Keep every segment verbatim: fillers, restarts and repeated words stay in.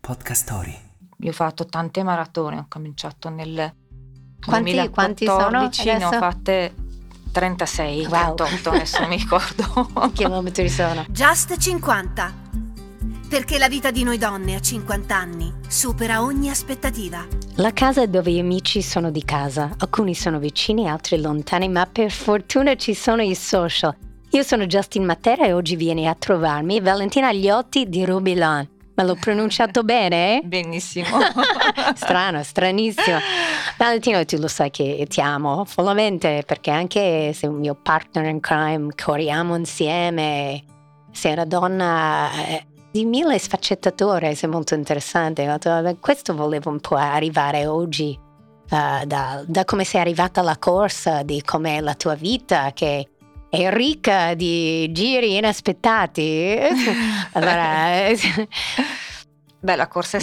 Podcast Story. Io ho fatto tante maratone, ho cominciato nel Quanti, quanti sono duemilaquattordici, ne ho adesso? fatte trentasei, Wow. trentotto, adesso non mi ricordo. Chilometri sono? Just cinquanta. Perché la vita di noi donne a cinquanta anni supera ogni aspettativa. La casa dove gli amici sono di casa, alcuni sono vicini, altri lontani, ma per fortuna ci sono i social. Io sono Justin Matera e oggi vieni a trovarmi Valentina Gliotti di Robilan. Ma l'ho pronunciato bene? Benissimo. Strano, stranissimo. Valentino, tu lo sai che ti amo follemente, perché anche sei un mio partner in crime, corriamo insieme, sei una donna eh, di mille sfaccettature, sei molto interessante. Questo volevo un po' arrivare oggi, uh, da, da come sei arrivata alla corsa, di com'è la tua vita, che è ricca di giri inaspettati. Allora, beh, la corsa è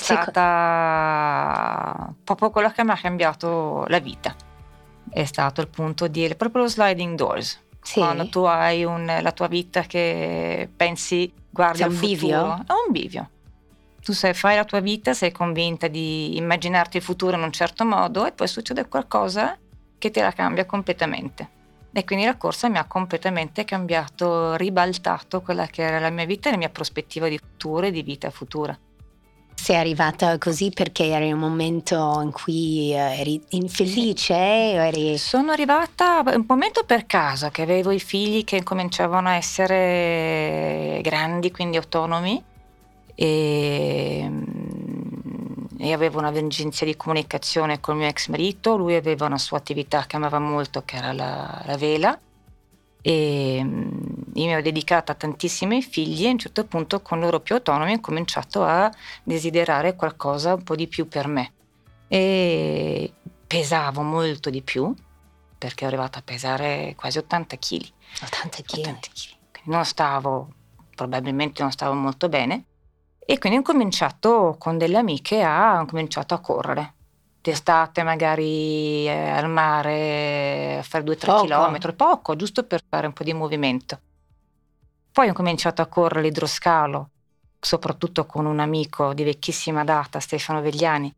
stata proprio quello che mi ha cambiato la vita. È stato il punto di proprio lo sliding doors. Sì. Quando tu hai un, la tua vita che pensi, guardi C'è al un futuro, bivio? è un bivio. Tu sei, fai la tua vita, sei convinta di immaginarti il futuro in un certo modo e poi succede qualcosa che te la cambia completamente. E quindi la corsa mi ha completamente cambiato, ribaltato quella che era la mia vita e la mia prospettiva di futuro e di vita futura. Sei arrivata così perché eri in un momento in cui eri infelice? O eri... Sono arrivata un momento per caso, che avevo i figli che incominciavano a essere grandi, quindi autonomi, e, e avevo un'agenzia di comunicazione col mio ex marito. Lui aveva una sua attività che amava molto, che era la, la vela, e io mi ero dedicata tantissimo ai figli e a un certo punto, con loro più autonomi, ho cominciato a desiderare qualcosa un po' di più per me e pesavo molto di più, perché ero arrivata a pesare quasi ottanta chili. ottanta chili. Quindi non stavo, probabilmente non stavo molto bene, e quindi ho cominciato con delle amiche a, ho cominciato a correre. D'estate magari eh, al mare a fare due o tre chilometri, poco, giusto per fare un po' di movimento. Poi ho cominciato a correre l'idroscalo, soprattutto con un amico di vecchissima data, Stefano Vegliani,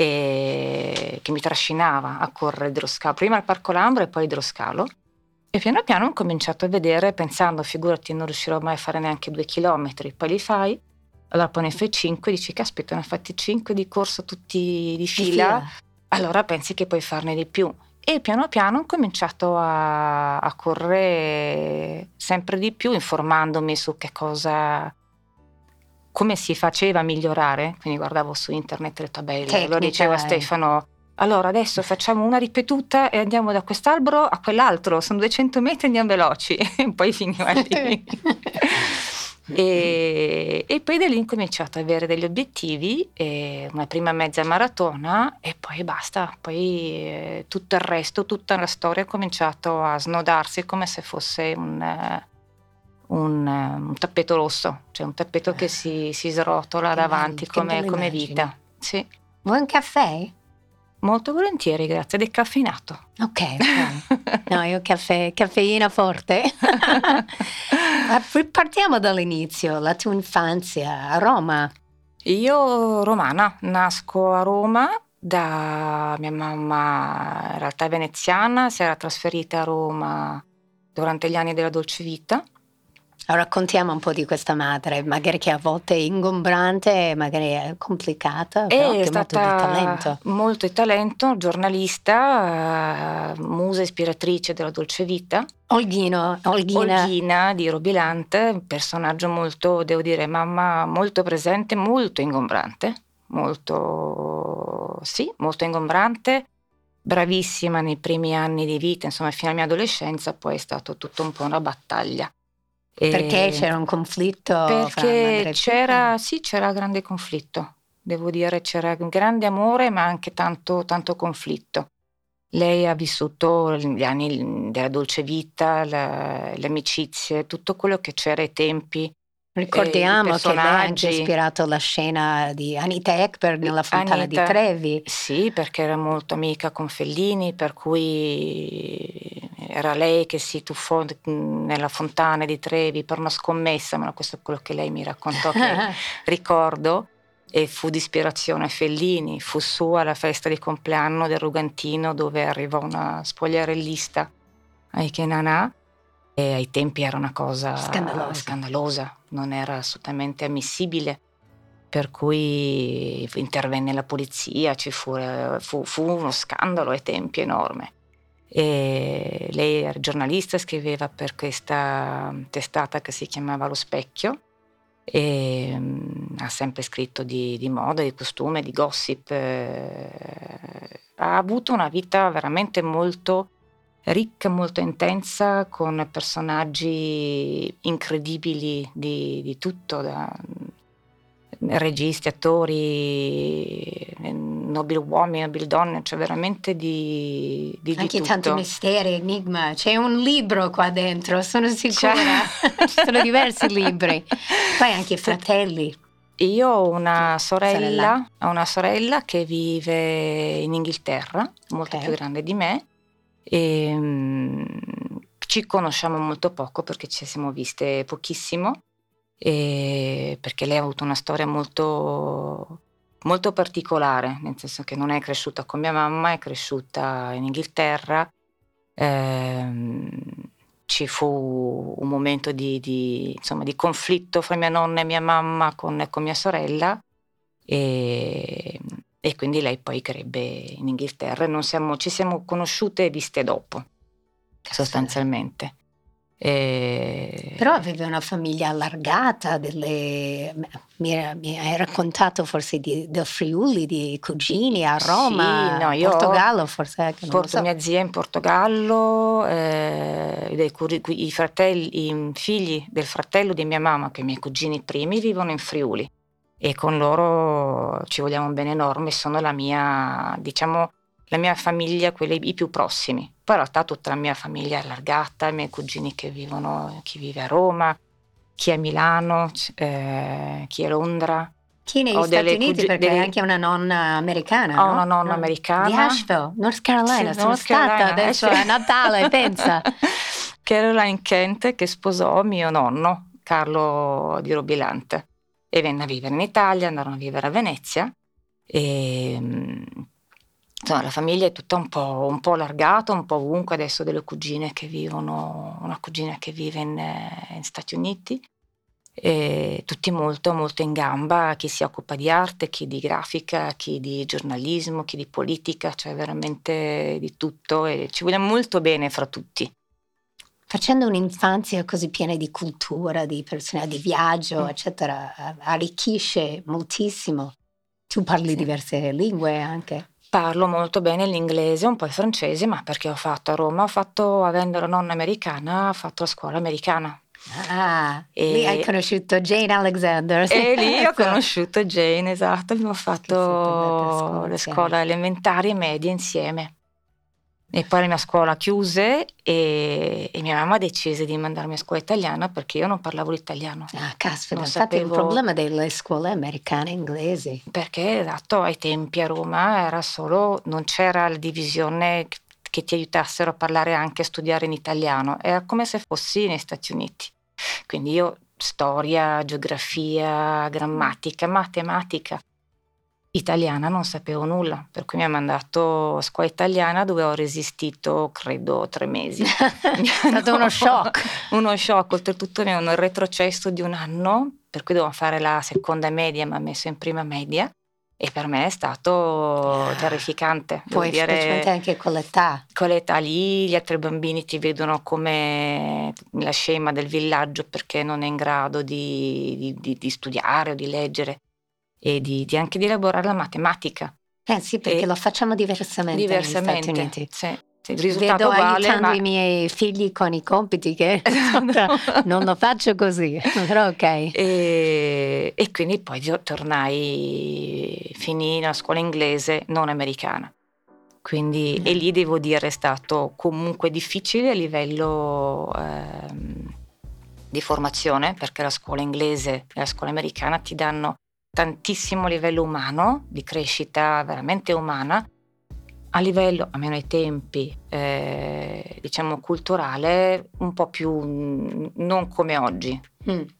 e che mi trascinava a correre l'idroscalo, prima al Parco Lambro e poi l'idroscalo. E piano piano ho cominciato a vedere, pensando, figurati, non riuscirò mai a fare neanche due chilometri, poi li fai. Allora poi ne fai cinque, dici caspita, ne ho fatti cinque di corsa tutti di fila, fila. Allora pensi che puoi farne di più. E piano piano ho cominciato a, a correre sempre di più, informandomi su che cosa, come si faceva a migliorare. Quindi guardavo su internet le tabelle, Tecnica, lo dicevo a Stefano, allora adesso facciamo una ripetuta e andiamo da quest'albero a quell'altro, sono duecento metri, andiamo veloci, e poi finiva lì. E, e poi da lì ho cominciato ad avere degli obiettivi, e una prima mezza maratona e poi basta, poi eh, tutto il resto, tutta la storia ha cominciato a snodarsi come se fosse un, eh, un, eh, un tappeto rosso, cioè un tappeto che si, si srotola Che davanti bello, che come, bella come immagine. vita. Sì, Vuoi un caffè? molto volentieri, grazie, decaffeinato. Ok, ok. No, io caffè, caffeina forte. Partiamo dall'inizio, la tua infanzia a Roma. Io romana, nasco a Roma, da mia mamma in realtà è veneziana, si era trasferita a Roma durante gli anni della dolce vita. Raccontiamo un po' di questa madre, magari che a volte è ingombrante, magari è complicata, però È che molto di talento. molto di talento, giornalista, eh, musa ispiratrice della dolce vita. Olghino, Olghina. Olghina di Robilant, un personaggio molto, devo dire, mamma molto presente, molto ingombrante, molto, sì, molto ingombrante, bravissima nei primi anni di vita, insomma fino alla mia adolescenza, poi è stato tutto un po' una battaglia. Perché E c'era un conflitto fra perché madre e c'era, figlia? sì, c'era grande conflitto, devo dire, c'era un grande amore ma anche tanto, tanto conflitto. Lei ha vissuto gli anni della dolce vita, la, le amicizie, tutto quello che c'era ai tempi. Ricordiamo eh, che lei ha anche personaggi. ispirato la scena di Anita Ekberg nella Fontana Anita, di Trevi. sì, perché era molto amica con Fellini, per cui era lei che si tuffò nella Fontana di Trevi per una scommessa, ma questo è quello che lei mi raccontò, che ricordo. e fu di ispirazione Fellini, fu su alla festa di compleanno del Rugantino dove arrivò una spogliarellista ai Kenanà e ai tempi era una cosa Scandalosa. scandalosa, non era assolutamente ammissibile, per cui intervenne la polizia, ci fu, fu, fu uno scandalo ai tempi enorme. E lei era giornalista, scriveva per questa testata che si chiamava Lo Specchio e um, ha sempre scritto di, di moda, di costume, di gossip. Eh, ha avuto una vita veramente molto ricca, molto intensa, con personaggi incredibili di, di tutto, da registi, attori, nobili uomini, nobili donne, cioè veramente di, di, di anche tutto. tanti misteri, enigma. C'è un libro qua dentro, sono sicura. C'è. Ci sono diversi libri. Poi anche i fratelli. Io ho una sorella, Sorella. ho una sorella che vive in Inghilterra, molto Ok. più grande di me, e um, ci conosciamo molto poco perché ci siamo viste pochissimo, e perché lei ha avuto una storia molto, molto particolare, nel senso che non è cresciuta con mia mamma, è cresciuta in Inghilterra. Ehm, ci fu un momento di, di, insomma, di conflitto fra mia nonna e mia mamma con, con mia sorella e, e quindi lei poi crebbe in Inghilterra e non siamo, ci siamo conosciute e viste dopo, sostanzialmente. E... Però aveva una famiglia allargata, delle... mi, mi hai raccontato forse di, del Friuli, di cugini a Roma, sì, no, io Portogallo forse. Anche, non porto lo so. mia zia in Portogallo, eh, dei curi- i fratelli, i figli del fratello di mia mamma, che i miei cugini primi, vivono in Friuli e con loro ci vogliamo un bene enorme, sono la mia, diciamo, la mia famiglia, quelli i più prossimi. Poi in realtà tutta la mia famiglia è allargata, i miei cugini che vivono, chi vive a Roma, chi è a Milano, eh, chi è a Londra. Chi negli Ho Stati delle Uniti, cugi- perché delle- hai anche una nonna americana, Ho no? una nonna No? americana. Di Asheville, North Carolina, Sì, sono North stata Carolina, adesso eh, sì. a Natale, pensa. Caroline Kent, che sposò mio nonno, Carlo di Robilante, e venne a vivere in Italia, andarono a vivere a Venezia e insomma la famiglia è tutta un po', un po' allargata, un po' ovunque. Adesso ho delle cugine che vivono, una cugina che vive in, in Stati Uniti, e tutti molto molto in gamba, chi si occupa di arte, chi di grafica, chi di giornalismo, chi di politica, cioè veramente di tutto e ci vogliamo molto bene fra tutti. Facendo un'infanzia così piena di cultura, di persone, di viaggio, Mm. eccetera, arricchisce moltissimo. Tu parli Sì. diverse lingue anche. Parlo molto bene l'inglese, un po' il francese, ma perché ho fatto a Roma, ho fatto, avendo la nonna americana, ho fatto la scuola americana. Ah, E- lì hai conosciuto Jane Alexander. E lì ho So- conosciuto Jane, esatto, abbiamo siete andate a fatto scuola le insieme. scuole elementari e medie insieme. E poi la mia scuola chiuse e, e mia mamma decise di mandarmi a scuola italiana perché io non parlavo l'italiano. Ah, caspita, Non infatti è un sapevo- problema delle scuole americane inglesi. Perché esatto, ai tempi a Roma era solo, non c'era la divisione che- che ti aiutassero a parlare anche a studiare in italiano, era come se fossi negli Stati Uniti. Quindi io storia, geografia, grammatica, matematica, italiana non sapevo nulla, per cui mi ha mandato a scuola italiana dove ho resistito credo tre mesi. È stato uno shock. Uno shock, oltretutto mi hanno retrocesso di un anno, per cui dovevo fare la seconda media, mi ha messo in prima media e per me è stato Ah, terrificante. Devo Poi dire, specialmente anche con l'età. con l'età lì gli altri bambini ti vedono come la scema del villaggio perché non è in grado di, di, di, di studiare o di leggere e di, di anche di elaborare la matematica. Eh sì, perché E lo facciamo diversamente, negli Stati diversamente, Uniti. sì, sì, il risultato Vedo uguale, aiutando ma i miei figli con i compiti che non lo faccio così, però ok. E, e quindi poi io tornai, finì la scuola inglese non americana. Quindi, Mm. e lì devo dire è stato comunque difficile a livello ehm, di formazione, perché la scuola inglese e la scuola americana ti danno tantissimo a livello umano, di crescita veramente umana, a livello, almeno ai tempi, eh, diciamo culturale, un po' più mm, non come oggi. Mm.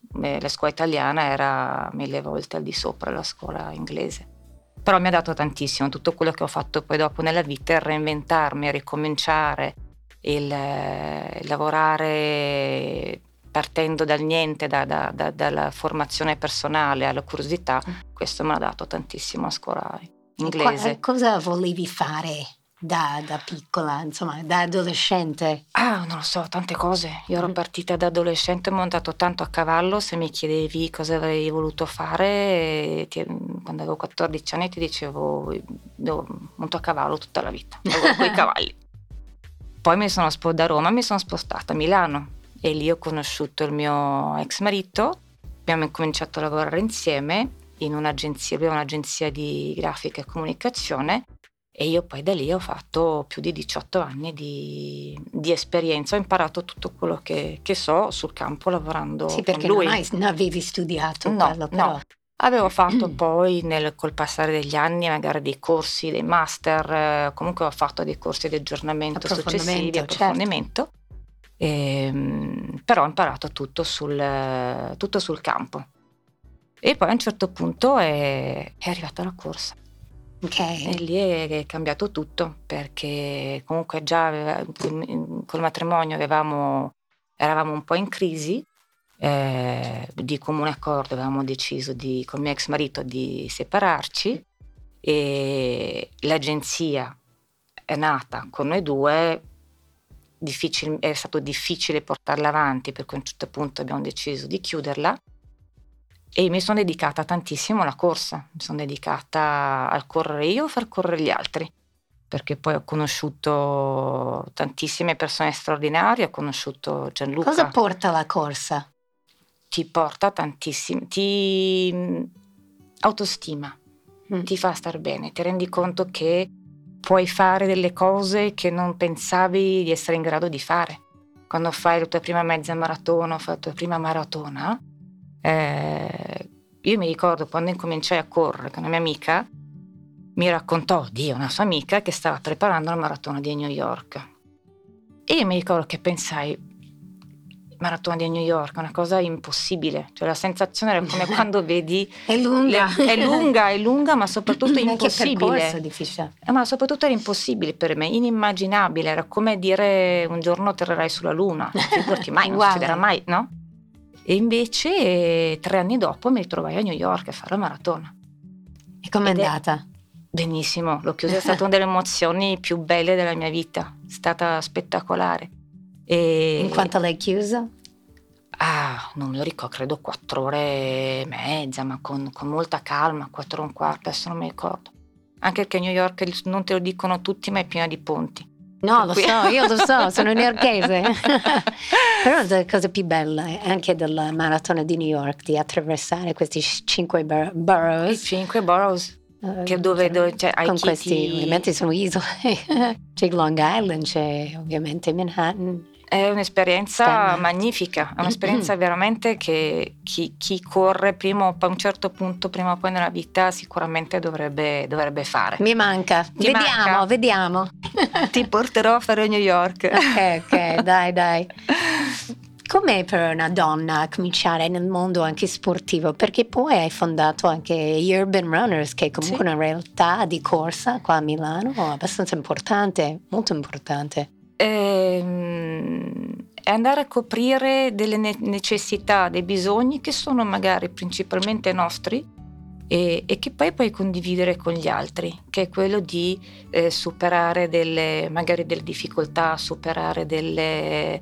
eh, la scuola italiana era mille volte al di sopra della scuola inglese. Però mi ha dato tantissimo, tutto quello che ho fatto poi dopo nella vita, il reinventarmi, ricominciare, il, eh, lavorare partendo dal niente, da, da, da, dalla formazione personale alla curiosità, questo mi ha dato tantissimo a scuola inglese. E qua, cosa volevi fare da, da piccola, insomma, da adolescente? Ah, non lo so, tante cose. Io ero partita da adolescente, ho montato tanto a cavallo. Se mi chiedevi cosa avrei voluto fare, ti, quando avevo quattordici anni ti dicevo io monto a cavallo tutta la vita, con i cavalli. Poi mi sono spo- da Roma mi sono spostata a Milano e lì ho conosciuto il mio ex marito, abbiamo incominciato a lavorare insieme in un'agenzia, abbiamo un'agenzia di grafica e comunicazione. E io poi da lì ho fatto più di diciotto anni di, di esperienza, ho imparato tutto quello che, che so sul campo lavorando sì, perché con lui. Non, hai, non avevi studiato no, quello, però. No, avevo fatto poi nel, col passare degli anni magari dei corsi, dei master, eh, comunque ho fatto dei corsi di aggiornamento successivi, approfondimento, certo. e, però ho imparato tutto sul, tutto sul campo. E poi a un certo punto è, è arrivata la corsa. Okay. E lì è cambiato tutto, perché comunque già aveva, col matrimonio avevamo, eravamo un po' in crisi, eh, di comune accordo avevamo deciso di, con mio ex marito di separarci, e l'agenzia è nata con noi due, difficile, è stato difficile portarla avanti, per cui a un certo punto abbiamo deciso di chiuderla. E mi sono dedicata tantissimo alla corsa, mi sono dedicata al correre io, a far correre gli altri, perché poi ho conosciuto tantissime persone straordinarie, ho conosciuto Gianluca. Cosa porta la corsa? Ti porta tantissimo, ti autostima, mm. ti fa star bene, ti rendi conto che puoi fare delle cose che non pensavi di essere in grado di fare. Quando fai la tua prima mezza maratona, fai la tua prima maratona, Eh, io mi ricordo quando incominciai a correre con una mia amica, mi raccontò di una sua amica che stava preparando la maratona di New York, e io mi ricordo che pensai, maratona di New York è una cosa impossibile, cioè la sensazione era come quando vedi è lunga le, è lunga, è lunga, ma soprattutto impossibile. Che difficile. Eh, ma soprattutto era impossibile per me, inimmaginabile, era come dire un giorno atterrerai sulla luna, figurati mai, non succederà mai, no? E invece tre anni dopo mi ritrovai a New York a fare la maratona. E com'è andata? Benissimo, l'ho chiusa, è stata una delle emozioni più belle della mia vita, è stata spettacolare. E... In quanto l'hai chiusa? Ah, non me lo ricordo, credo quattro ore e mezza, ma con, con molta calma, quattro e un quarto, adesso non mi ricordo. Anche perché New York non te lo dicono tutti, ma è piena di ponti. No, lo so, io lo so, sono newyorkese. Però la cosa più bella è anche della maratona di New York, di attraversare questi cinque bur- boroughs. I cinque boroughs, uh, che dove, dove cioè, con hai questi, ti... ovviamente sono isole. C'è Long Island, c'è ovviamente Manhattan. È un'esperienza Stanna. magnifica, è un'esperienza veramente che chi, chi corre prima o poi a un certo punto, prima o poi nella vita, sicuramente dovrebbe, dovrebbe fare. Mi manca, Ti vediamo, manca? vediamo. Ti porterò a fare New York. Ok, ok, dai, dai. Com'è per una donna cominciare nel mondo anche sportivo? Perché poi hai fondato anche Urban Runners, che è comunque sì. una realtà di corsa qua a Milano, abbastanza importante, molto importante. È andare a coprire delle necessità, dei bisogni che sono magari principalmente nostri e, e che poi puoi condividere con gli altri, che è quello di eh, superare delle magari delle difficoltà, superare delle,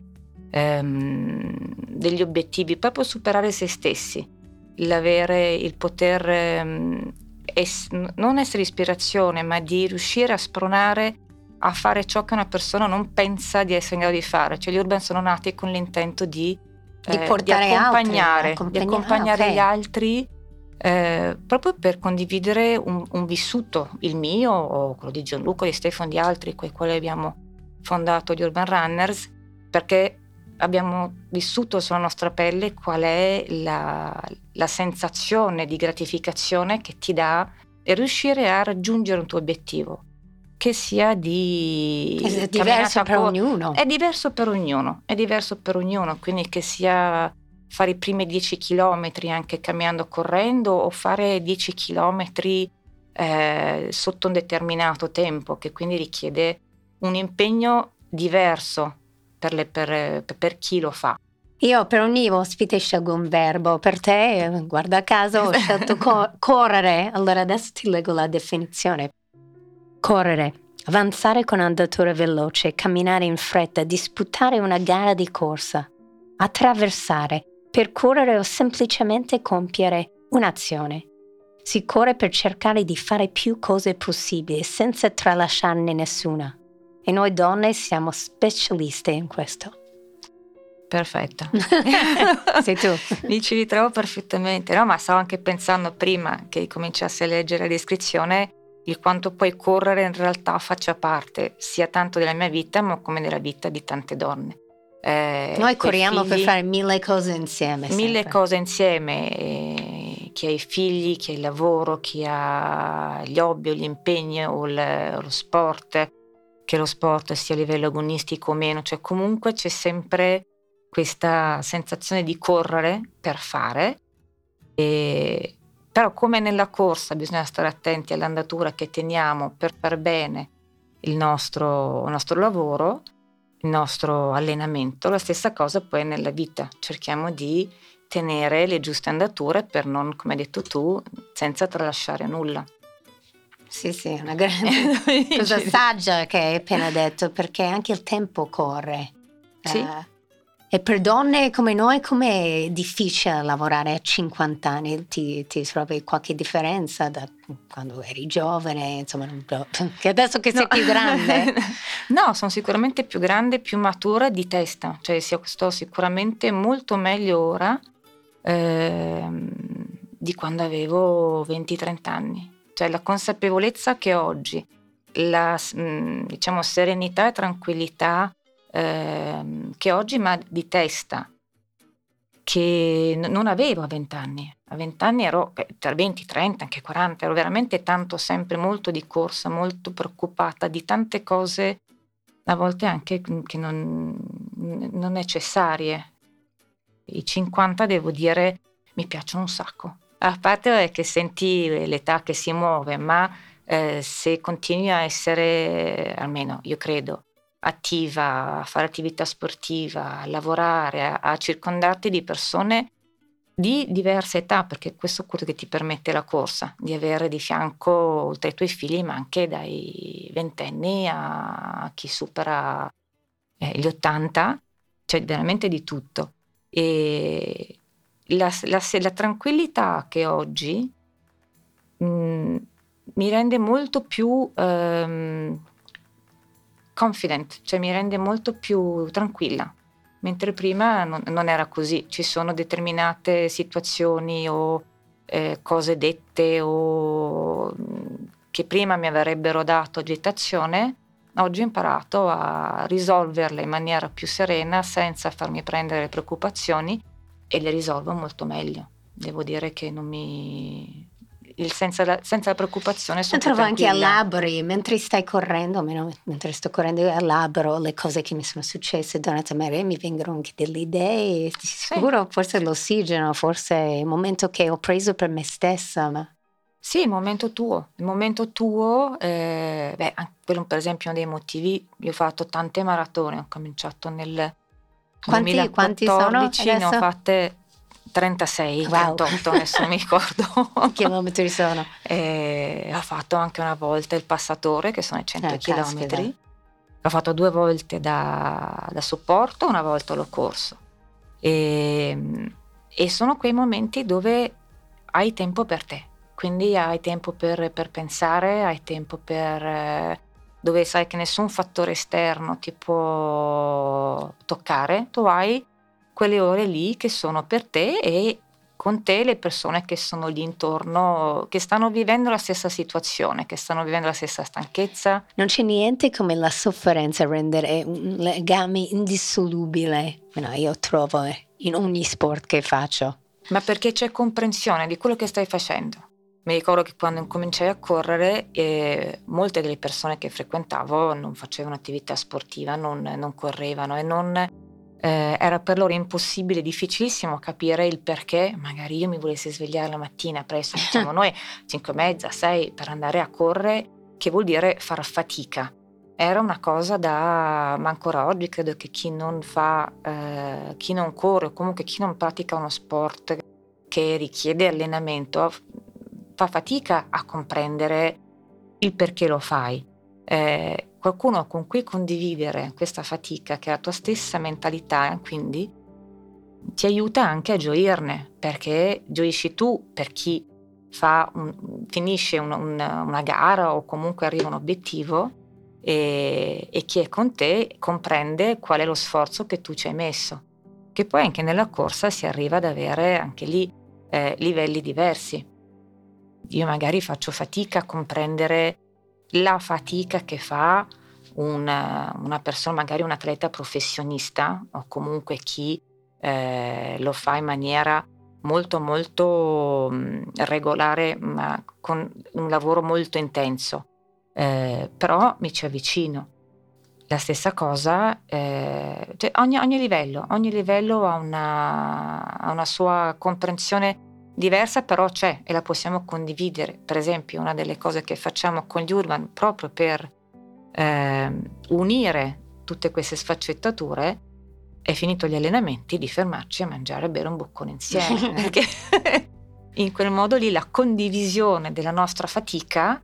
ehm, degli obiettivi, proprio superare se stessi, l'avere il poter ehm, es- non essere ispirazione, ma di riuscire a spronare a fare ciò che una persona non pensa di essere in grado di fare. Cioè gli urban sono nati con l'intento di, di, eh, portare di accompagnare, altri, di accompagnare ah, okay. gli altri eh, proprio per condividere un, un vissuto, il mio o quello di Gianluca, di Stefano, di altri con i quali abbiamo fondato gli Urban Runners, perché abbiamo vissuto sulla nostra pelle qual è la, la sensazione di gratificazione che ti dà e riuscire a raggiungere un tuo obiettivo, che sia di è diverso per co- ognuno è diverso per ognuno è diverso per ognuno quindi che sia fare i primi dieci chilometri anche camminando, correndo, o fare dieci chilometri eh, sotto un determinato tempo, che quindi richiede un impegno diverso per, le, per, per chi lo fa. Io per ogni ospite scelgo un verbo, per te, guarda caso, ho scelto co- correre, allora adesso ti leggo la definizione. Correre, avanzare con andatura veloce, camminare in fretta, disputare una gara di corsa, attraversare, percorrere o semplicemente compiere un'azione. Si corre per cercare di fare più cose possibili senza tralasciarne nessuna. E noi donne siamo specialiste in questo. Perfetta. Sei tu. Mi ci ritrovo perfettamente. No, ma stavo anche pensando prima che cominciassi a leggere la descrizione il quanto poi correre in realtà faccia parte sia tanto della mia vita ma come della vita di tante donne. Eh, Noi corriamo figli, per fare mille cose insieme. Mille sempre. cose insieme. Eh, chi ha i figli, chi ha il lavoro, chi ha gli hobby o gli impegni o, il, o lo sport, che lo sport sia a livello agonistico o meno. Cioè comunque c'è sempre questa sensazione di correre per fare, e, però come nella corsa bisogna stare attenti all'andatura che teniamo per far bene il nostro, il nostro lavoro, il nostro allenamento. La stessa cosa poi nella vita, cerchiamo di tenere le giuste andature per non, come hai detto tu, senza tralasciare nulla. Sì, sì, una grande cosa saggia che hai appena detto, perché anche il tempo corre. Sì. Uh, E per donne come noi, com'è difficile lavorare a cinquanta anni? Ti, ti trovi qualche differenza da quando eri giovane? Insomma, che adesso che sei no. più grande? No, sono sicuramente più grande, più matura di testa. Cioè sto sicuramente molto meglio ora ehm, di quando avevo venti trenta anni. Cioè la consapevolezza che oggi, la diciamo serenità e tranquillità che oggi, ma di testa, che n- non avevo a vent'anni. A vent'anni ero beh, tra venti, trenta, anche quaranta, ero veramente tanto, sempre molto di corsa, molto preoccupata di tante cose, a volte anche che non, non necessarie. I cinquanta, devo dire, mi piacciono un sacco. A parte che senti l'età che si muove, ma eh, se continui a essere, almeno io credo, attiva, a fare attività sportiva, a lavorare, a, a circondarti di persone di diversa età, perché questo è quello che ti permette la corsa, di avere di fianco, oltre ai tuoi figli, ma anche dai ventenni a chi supera eh, gli ottanta, cioè veramente di tutto. E la, la, la tranquillità che oggi mh, mi rende molto più ehm, confident, cioè mi rende molto più tranquilla, mentre prima non, non era così. Ci sono determinate situazioni o eh, cose dette o che prima mi avrebbero dato agitazione, oggi ho imparato a risolverle in maniera più serena senza farmi prendere preoccupazioni e le risolvo molto meglio. Devo dire che non mi... Il senza, la, senza la preoccupazione sono più trovo anche tranquilla. elabori mentre stai correndo, almeno mentre sto correndo elaboro le cose che mi sono successe durante la marea, mi vengono anche delle idee, di sicuro sì. Forse l'ossigeno, forse il momento che ho preso per me stessa, ma... Sì, il momento tuo, il momento tuo, eh, beh, anche quello per esempio uno dei motivi, io ho fatto tante maratone, ho cominciato nel quanti, duemilaquattordici, quanti sono ne ho fatte trentasei, wow. trentotto, adesso non mi ricordo. Che chilometri sono? E ho fatto anche una volta il passatore, che sono i cento ah, chilometri. Caspita. L'ho fatto due volte da, da supporto, una volta l'ho corso. E, e sono quei momenti dove hai tempo per te. Quindi hai tempo per, per pensare, hai tempo per... Eh, dove sai che nessun fattore esterno ti può toccare, tu hai quelle ore lì che sono per te e con te le persone che sono lì intorno, che stanno vivendo la stessa situazione, che stanno vivendo la stessa stanchezza. Non c'è niente come la sofferenza a rendere un legame indissolubile, no, io trovo in ogni sport che faccio. Ma perché c'è comprensione di quello che stai facendo. Mi ricordo che quando incominciai a correre, eh, molte delle persone che frequentavo non facevano attività sportiva, non, non correvano e non, eh, era per loro impossibile, difficilissimo capire il perché magari io mi volessi svegliare la mattina presto, diciamo noi cinque e mezza, sei per andare a correre, che vuol dire far fatica. Era una cosa da, ma ancora oggi credo che chi non fa, eh, chi non corre o comunque chi non pratica uno sport che richiede allenamento fa fatica a comprendere il perché lo fai. Eh, qualcuno con cui condividere questa fatica, che è la tua stessa mentalità, quindi ti aiuta anche a gioirne, perché gioisci tu per chi fa un, finisce un, un, una gara o comunque arriva a un obiettivo. E, e chi è con te comprende qual è lo sforzo che tu ci hai messo, che poi anche nella corsa si arriva ad avere anche lì eh, livelli diversi. Io magari faccio fatica a comprendere la fatica che fa una, una persona, magari un atleta professionista o comunque chi eh, lo fa in maniera molto molto mh, regolare, ma con un lavoro molto intenso. Eh, però mi ci avvicino. La stessa cosa, eh, cioè ogni, ogni livello, ogni livello ha una, ha una sua comprensione diversa, però c'è e la possiamo condividere. Per esempio, una delle cose che facciamo con gli Urban proprio per eh, unire tutte queste sfaccettature è, finito gli allenamenti, di fermarci a mangiare e bere un boccone insieme, perché in quel modo lì la condivisione della nostra fatica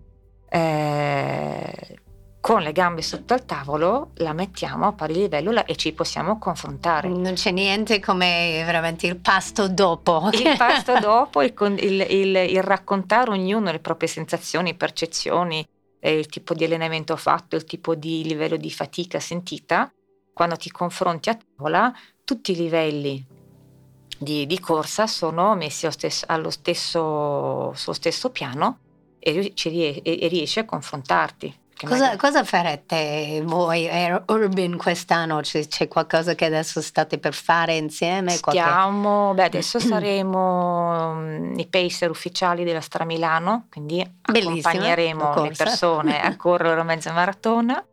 Eh, con le gambe sotto al tavolo la mettiamo a pari livello la, e ci possiamo confrontare. Non c'è niente come veramente il pasto dopo. Il pasto dopo, il, il, il, il raccontare ognuno le proprie sensazioni, percezioni, eh, il tipo di allenamento fatto, il tipo di livello di fatica sentita. Quando ti confronti a tavola, tutti i livelli di, di corsa sono messi allo stesso, allo stesso, sullo stesso piano. E, ci, e, e riesci a confrontarti. Cosa, magari... cosa farete voi Urban quest'anno? C'è, c'è qualcosa che adesso state per fare insieme? Stiamo, qualche... beh adesso saremo um, i pacer ufficiali della Stramilano, quindi bellissima, accompagneremo le persone a correre la mezza maratona.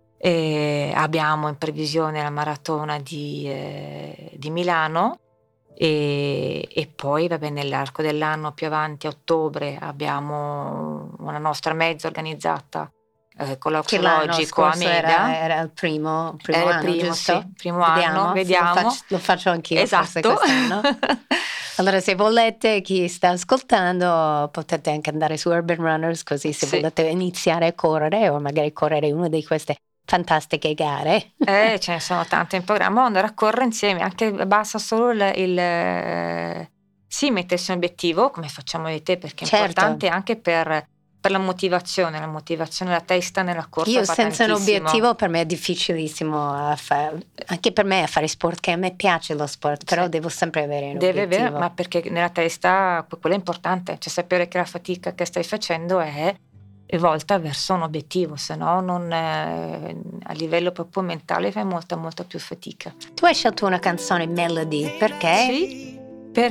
E abbiamo in previsione la maratona di, eh, di Milano. E, e poi vabbè, nell'arco dell'anno più avanti, a ottobre, abbiamo una nostra mezza organizzata eh, con l'Oxologico a Meda. Era, era il primo, primo era anno, il primo, giusto? Sì, primo vediamo, anno, vediamo. Lo faccio, lo faccio anch'io, esatto. Forse quest'anno. Allora, se volete, chi sta ascoltando, potete anche andare su Urban Runners, così se sì. volete iniziare a correre o magari correre una di queste fantastiche gare. Eh, ce ne sono tante in programma, andare a correre insieme, anche basta solo il, il sì, mettersi un obiettivo, come facciamo io e te, perché è certo. importante anche per, per la motivazione, la motivazione, la testa nella corsa. Io senza un obiettivo per me è difficilissimo, a fare, anche per me a fare sport, che a me piace lo sport, però sì. devo sempre avere un Deve obiettivo. Avere, ma perché nella testa quello è importante, cioè sapere che la fatica che stai facendo è è volta verso un obiettivo, se no non eh, a livello proprio mentale fai molta molta più fatica. Tu hai scelto una canzone Melody, perché? Sì,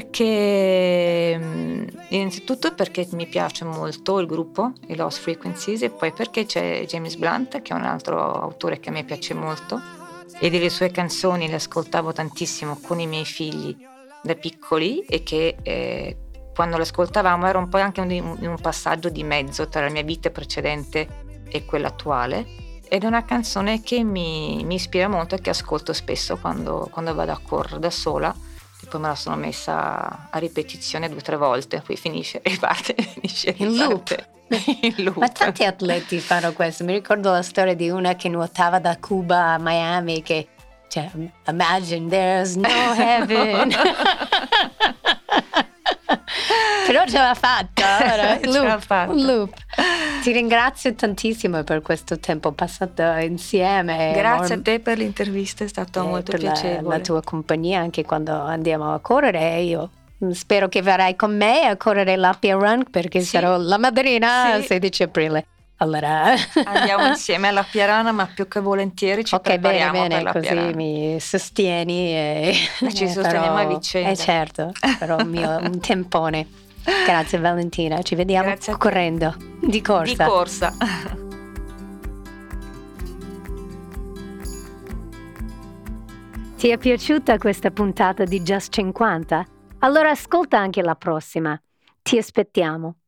perché innanzitutto perché mi piace molto il gruppo, i Lost Frequencies, e poi perché c'è James Blunt, che è un altro autore che a me piace molto, e delle sue canzoni le ascoltavo tantissimo con i miei figli da piccoli, e che eh, quando l'ascoltavamo era un po' anche un, un passaggio di mezzo tra la mia vita precedente e quella attuale, ed è una canzone che mi, mi ispira molto e che ascolto spesso quando, quando vado a correre da sola, e poi me la sono messa a ripetizione due o tre volte, poi finisce, riparte, finisce, riparte. In loop. In loop. Ma tanti atleti fanno questo. Mi ricordo la storia di una che nuotava da Cuba a Miami, che cioè, imagine there's no heaven. Però ce l'ha fatta, ora. Ce l'ha fatta. Loop. Ti ringrazio tantissimo per questo tempo passato insieme. Grazie a te per l'intervista, è stato eh, molto per piacevole. La, la tua compagnia anche quando andiamo a correre. Io spero che verrai con me a correre l'Appia Run, perché sì. sarò la madrina il sì. sedici aprile. Allora andiamo insieme alla Piarana, ma più che volentieri ci okay, prepariamo bene, bene, per la così Piarana. Mi sostieni e, e ci sosteniamo farò, a vicenda. Eh certo, farò un mio un tempone. Grazie Valentina, ci vediamo correndo di corsa. Di corsa. Ti è piaciuta questa puntata di Just cinquanta? Allora ascolta anche la prossima. Ti aspettiamo.